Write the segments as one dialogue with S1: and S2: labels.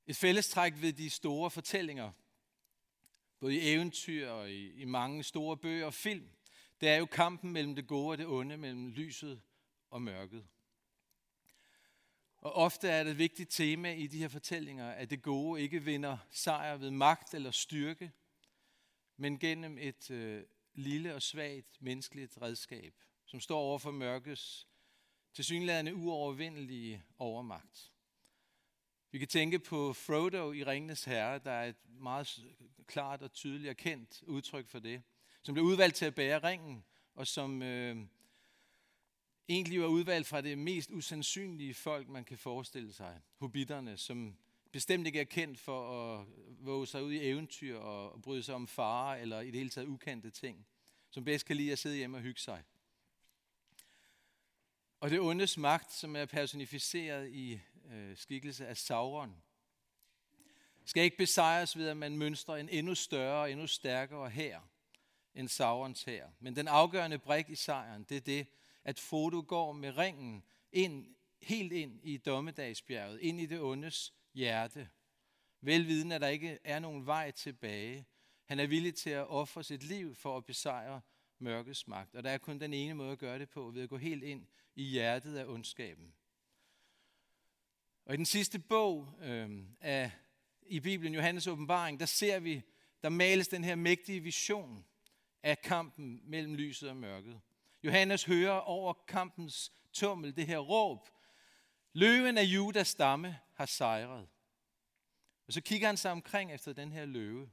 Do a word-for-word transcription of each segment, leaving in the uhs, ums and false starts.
S1: Et fællestræk ved de store fortællinger, både i eventyr og i, i mange store bøger og film, det er jo kampen mellem det gode og det onde, mellem lyset og mørket. Og ofte er det et vigtigt tema i de her fortællinger, at det gode ikke vinder sejr ved magt eller styrke, men gennem et øh, lille og svagt menneskeligt redskab, som står over for mørkets tilsyneladende uovervindelige overmagt. Vi kan tænke på Frodo i Ringenes Herre, der er et meget klart og tydeligt og kendt udtryk for det, som blev udvalgt til at bære ringen, og som øh, egentlig var udvalgt fra det mest usandsynlige folk, man kan forestille sig. Hobitterne, som bestemt ikke er kendt for at våge sig ud i eventyr og bryde sig om farer eller i det hele taget ukendte ting, som bedst kan lide at sidde hjemme og hygge sig. Og det ondes magt, som er personificeret i øh, skikkelse af Sauron, skal ikke besejres ved, at man mønstrer en endnu større og endnu stærkere hær end Saurons hær. Men den afgørende brik i sejren, det er det, at Frodo går med ringen ind, helt ind i Dommedagsbjerget, ind i det ondes hjerte. Velvidende, at der ikke er nogen vej tilbage. Han er villig til at ofre sit liv for at besejre mørkets magt. Og der er kun den ene måde at gøre det på, ved at gå helt ind i hjertet af ondskaben. Og i den sidste bog øh, af, i Bibelen, Johannes Åbenbaring, der ser vi, der males den her mægtige vision af kampen mellem lyset og mørket. Johannes hører over kampens tummel det her råb: løven af Judas stamme har sejret. Og så kigger han sig omkring efter den her løve.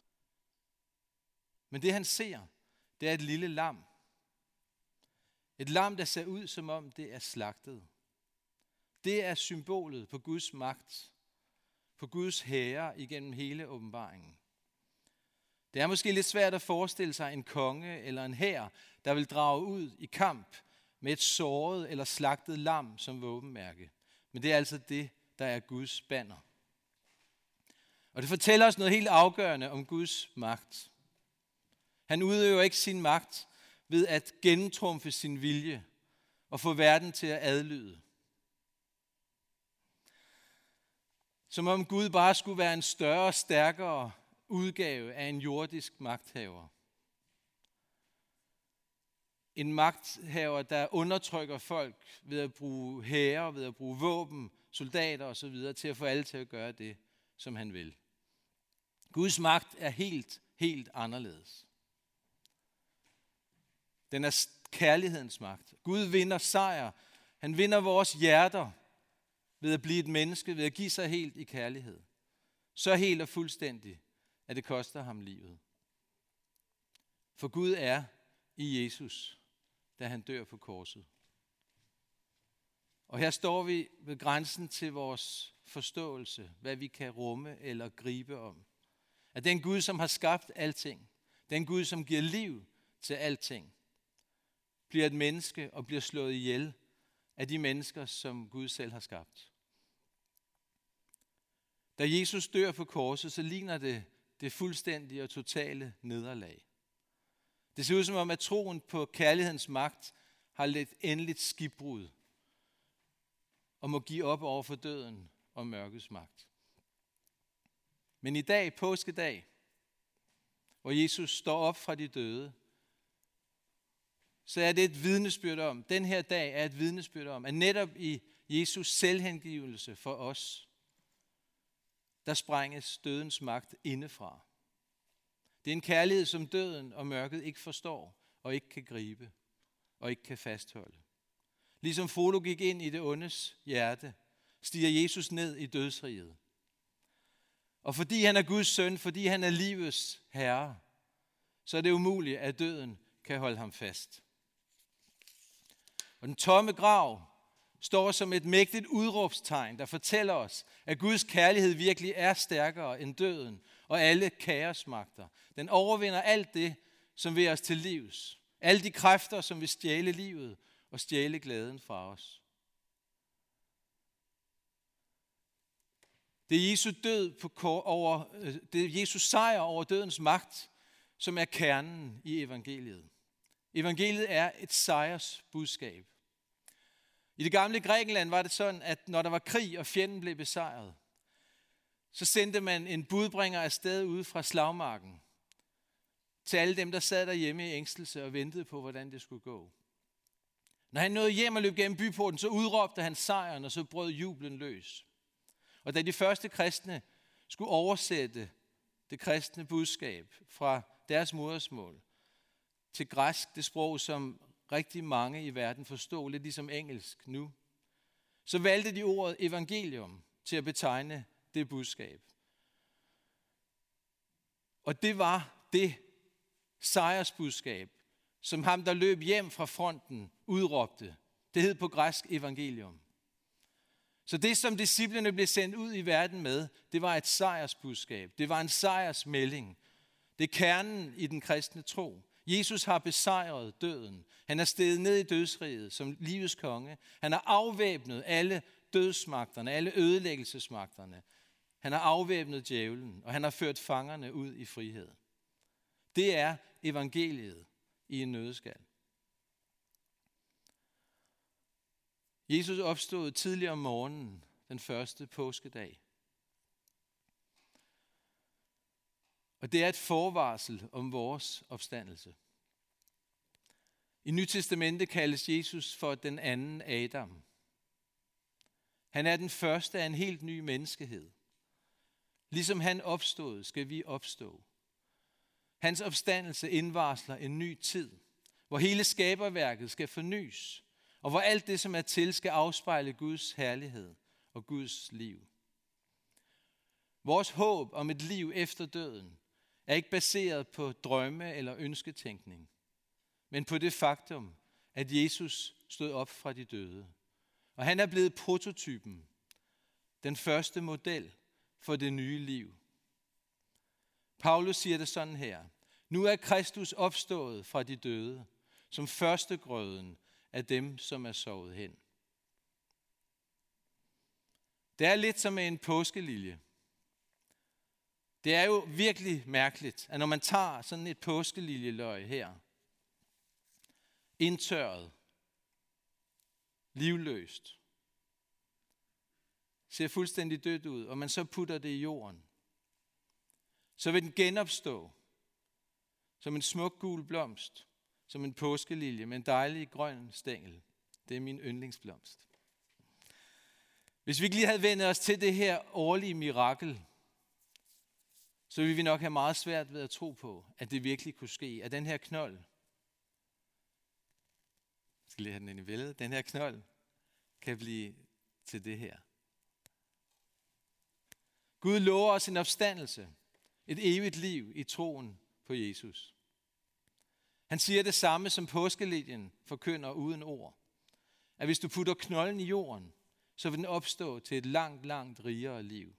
S1: Men det han ser, det er et lille lam. Et lam, der ser ud som om det er slagtet. Det er symbolet på Guds magt, på Guds hære igennem hele åbenbaringen. Det er måske lidt svært at forestille sig en konge eller en hær, der vil drage ud i kamp med et såret eller slagtet lam som våbenmærke. Men det er altså det, der er Guds banner. Og det fortæller os noget helt afgørende om Guds magt. Han udøver ikke sin magt ved at gennemtrumfe sin vilje og få verden til at adlyde. Som om Gud bare skulle være en større og stærkere udgave af en jordisk magthaver. En magthaver, der undertrykker folk ved at bruge hære, ved at bruge våben, soldater osv. til at få alle til at gøre det, som han vil. Guds magt er helt, helt anderledes. Den er kærlighedens magt. Gud vinder sejr. Han vinder vores hjerter ved at blive et menneske, ved at give sig helt i kærlighed. Så helt og fuldstændig, at det koster ham livet. For Gud er i Jesus, da han dør på korset. Og her står vi ved grænsen til vores forståelse, hvad vi kan rumme eller gribe om. At den Gud, som har skabt alting, den Gud, som giver liv til alting, bliver et menneske og bliver slået ihjel af de mennesker, som Gud selv har skabt. Da Jesus dør på korset, så ligner det det fuldstændige og totale nederlag. Det ser ud som om, at troen på kærlighedens magt har lidt endeligt skibbrud og må give op over for døden og mørkets magt. Men i dag, påskedag, hvor Jesus står op fra de døde, så er det et vidnesbyrd om, den her dag er et vidnesbyrd om, at netop i Jesus selvhengivelse for os, der sprænges dødens magt indefra. Det er en kærlighed, som døden og mørket ikke forstår og ikke kan gribe og ikke kan fastholde. Ligesom Frodo gik ind i det ondes hjerte, stiger Jesus ned i dødsriget. Og fordi han er Guds søn, fordi han er livets herre, så er det umuligt, at døden kan holde ham fast. Og den tomme grav står som et mægtigt udråbstegn, der fortæller os, at Guds kærlighed virkelig er stærkere end døden og alle kaosmagter. Den overvinder alt det, som vil os til livs. Alle de kræfter, som vil stjæle livet og stjæle glæden fra os. Det er Jesu død på kor, over, det er Jesus sejr over dødens magt, som er kernen i evangeliet. Evangeliet er et sejrsbudskab. I det gamle Grækenland var det sådan, at når der var krig og fjenden blev besejret, så sendte man en budbringer afsted ude fra slagmarken til alle dem, der sad derhjemme i ængstelse og ventede på, hvordan det skulle gå. Når han nåede hjem og løb gennem byporten, så udråbte han sejren, og så brød jublen løs. Og da de første kristne skulle oversætte det kristne budskab fra deres modersmål til græsk, det sprog, som rigtig mange i verden forstår, lidt ligesom engelsk nu, så valgte de ordet evangelium til at betegne det budskab. Og det var det sejrsbudskab, som ham, der løb hjem fra fronten, udråbte. Det hed på græsk evangelium. Så det, som disciplene blev sendt ud i verden med, det var et sejrsbudskab. Det var en sejrsmelding. Det er kernen i den kristne tro. Jesus har besejret døden. Han er steget ned i dødsriget som livets konge. Han har afvæbnet alle dødsmagterne, alle ødelæggelsesmagterne. Han har afvæbnet djævlen, og han har ført fangerne ud i frihed. Det er evangeliet i en nøddeskal. Jesus opstod tidligere om morgenen, den første påskedag. Og det er et forvarsel om vores opstandelse. I Nyt Testamente kaldes Jesus for den anden Adam. Han er den første af en helt ny menneskehed. Ligesom han opstod, skal vi opstå. Hans opstandelse indvarsler en ny tid, hvor hele skaberværket skal fornys, og hvor alt det, som er til, skal afspejle Guds herlighed og Guds liv. Vores håb om et liv efter døden er ikke baseret på drømme eller ønsketænkning, men på det faktum, at Jesus stod op fra de døde. Og han er blevet prototypen, den første model for det nye liv. Paulus siger det sådan her: Nu er Kristus opstået fra de døde, som førstegrøden af dem, som er sovet hen. Det er lidt som en påskelilje. Det er jo virkelig mærkeligt, at når man tager sådan et påskeliljeløg her, indtørret, livløst, ser fuldstændig dødt ud, og man så putter det i jorden, så vil den genopstå som en smuk gul blomst, som en påskelilje med en dejlig grøn stængel. Det er min yndlingsblomst. Hvis vi ikke lige havde vendt os til det her årlige mirakel, så ville vi nok have meget svært ved at tro på, at det virkelig kunne ske. At den her knold, jeg skal lige have den ind i billedet, den her knold kan blive til det her. Gud lover os en opstandelse, et evigt liv i troen på Jesus. Han siger det samme, som påskeliljen forkynder uden ord. At hvis du putter knolden i jorden, så vil den opstå til et langt, langt rigere liv.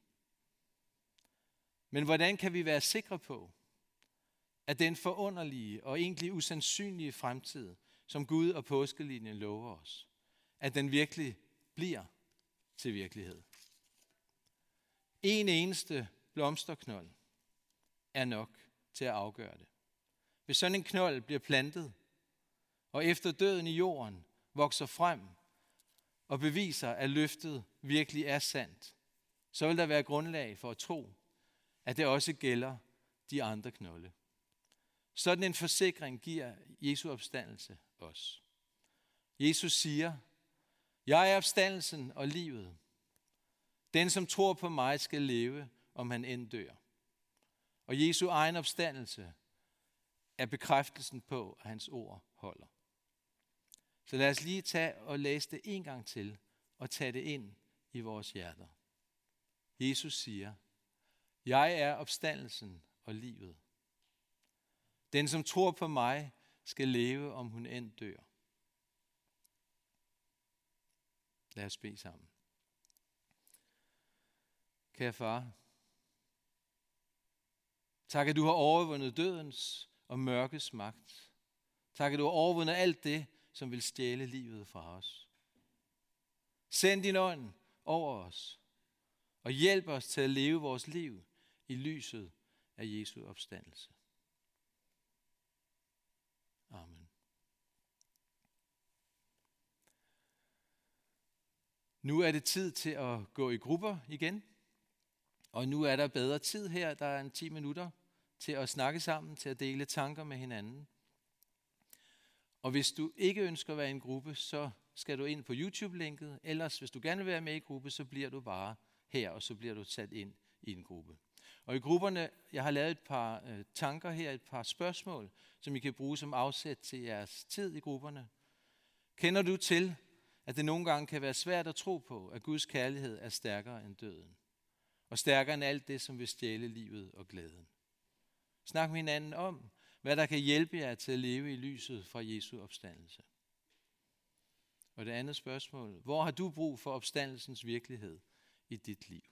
S1: Men hvordan kan vi være sikre på, at den forunderlige og egentlig usandsynlige fremtid, som Gud og påskelinjen lover os, at den virkelig bliver til virkelighed? En eneste blomsterknold er nok til at afgøre det. Hvis sådan en knold bliver plantet, og efter døden i jorden vokser frem og beviser, at løftet virkelig er sandt, så vil der være grundlag for at tro, at det også gælder de andre knolde. Sådan en forsikring giver Jesu opstandelse os. Jesus siger, jeg er opstandelsen og livet. Den, som tror på mig, skal leve, om han end dør. Og Jesu egen opstandelse er bekræftelsen på, at hans ord holder. Så lad os lige tage og læse det en gang til, og tage det ind i vores hjerter. Jesus siger, jeg er opstandelsen og livet. Den, som tror på mig, skal leve, om hun end dør. Lad os bede sammen. Kære far, tak, at du har overvundet dødens og mørkets magt. Tak, at du har overvundet alt det, som vil stjæle livet fra os. Send din ånd over os, og hjælp os til at leve vores liv i lyset af Jesu opstandelse. Amen. Nu er det tid til at gå i grupper igen. Og nu er der bedre tid her, der er en ti minutter til at snakke sammen, til at dele tanker med hinanden. Og hvis du ikke ønsker at være i en gruppe, så skal du ind på YouTube-linket. Ellers, hvis du gerne vil være med i gruppe, så bliver du bare her, og så bliver du sat ind i en gruppe. Og i grupperne, jeg har lavet et par øh, tanker her, et par spørgsmål, som I kan bruge som afsæt til jeres tid i grupperne. Kender du til, at det nogle gange kan være svært at tro på, at Guds kærlighed er stærkere end døden? Og stærkere end alt det, som vil stjæle livet og glæden. Snak med hinanden om, hvad der kan hjælpe jer til at leve i lyset fra Jesu opstandelse. Og det andet spørgsmål, hvor har du brug for opstandelsens virkelighed i dit liv?